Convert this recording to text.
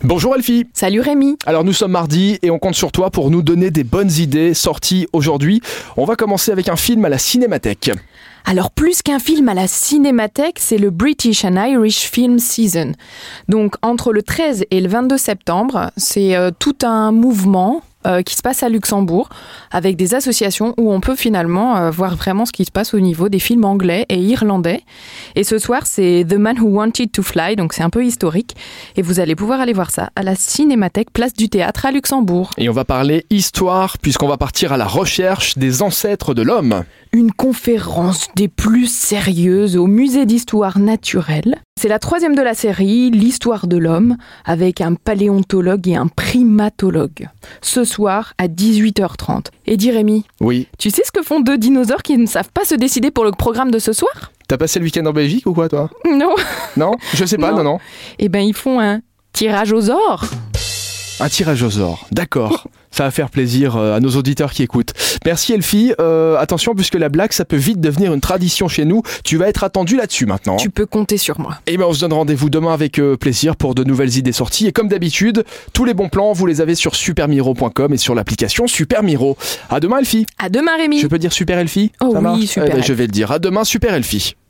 Bonjour Elfie. Salut Rémi. Alors nous sommes mardi et on compte sur toi pour nous donner des bonnes idées sorties aujourd'hui. On va commencer avec un film à la Cinémathèque. Alors plus qu'un film à la Cinémathèque, c'est le British and Irish Film Season. Donc entre le 13 et le 22 septembre, c'est tout un mouvement qui se passe à Luxembourg avec des associations où on peut finalement voir vraiment ce qui se passe au niveau des films anglais et irlandais. Et ce soir, c'est The Man Who Wanted to Fly, donc c'est un peu historique. Et vous allez pouvoir aller voir ça à la Cinémathèque, place du Théâtre à Luxembourg. Et on va parler histoire puisqu'on va partir à la recherche des ancêtres de l'homme. Une conférence des plus sérieuses au musée d'histoire naturelle. C'est la 3e de la série, l'histoire de l'homme, avec un paléontologue et un primatologue. Ce soir à 18h30. Et dis Rémi, Oui. tu sais ce que font 2 dinosaures qui ne savent pas se décider pour le programme de ce soir ? T'as passé le week-end en Belgique ou quoi toi ? Non. Non ? Je sais pas, non. Eh ben ils font un tirage aux ors. Un tirage aux ors, d'accord. Ça va faire plaisir à nos auditeurs qui écoutent. Merci Elfie. Attention, puisque la blague, ça peut vite devenir une tradition chez nous. Tu vas être attendu là-dessus maintenant. Tu peux compter sur moi. Et ben on se donne rendez-vous demain avec plaisir pour de nouvelles idées sorties. Et comme d'habitude, tous les bons plans, vous les avez sur supermiro.com et sur l'application Super Miro. À demain Elfie. À demain Rémi. Je peux dire Super Elfie ? Oh Ça oui, marche ? Super Je vais le dire. À demain Super Elfie.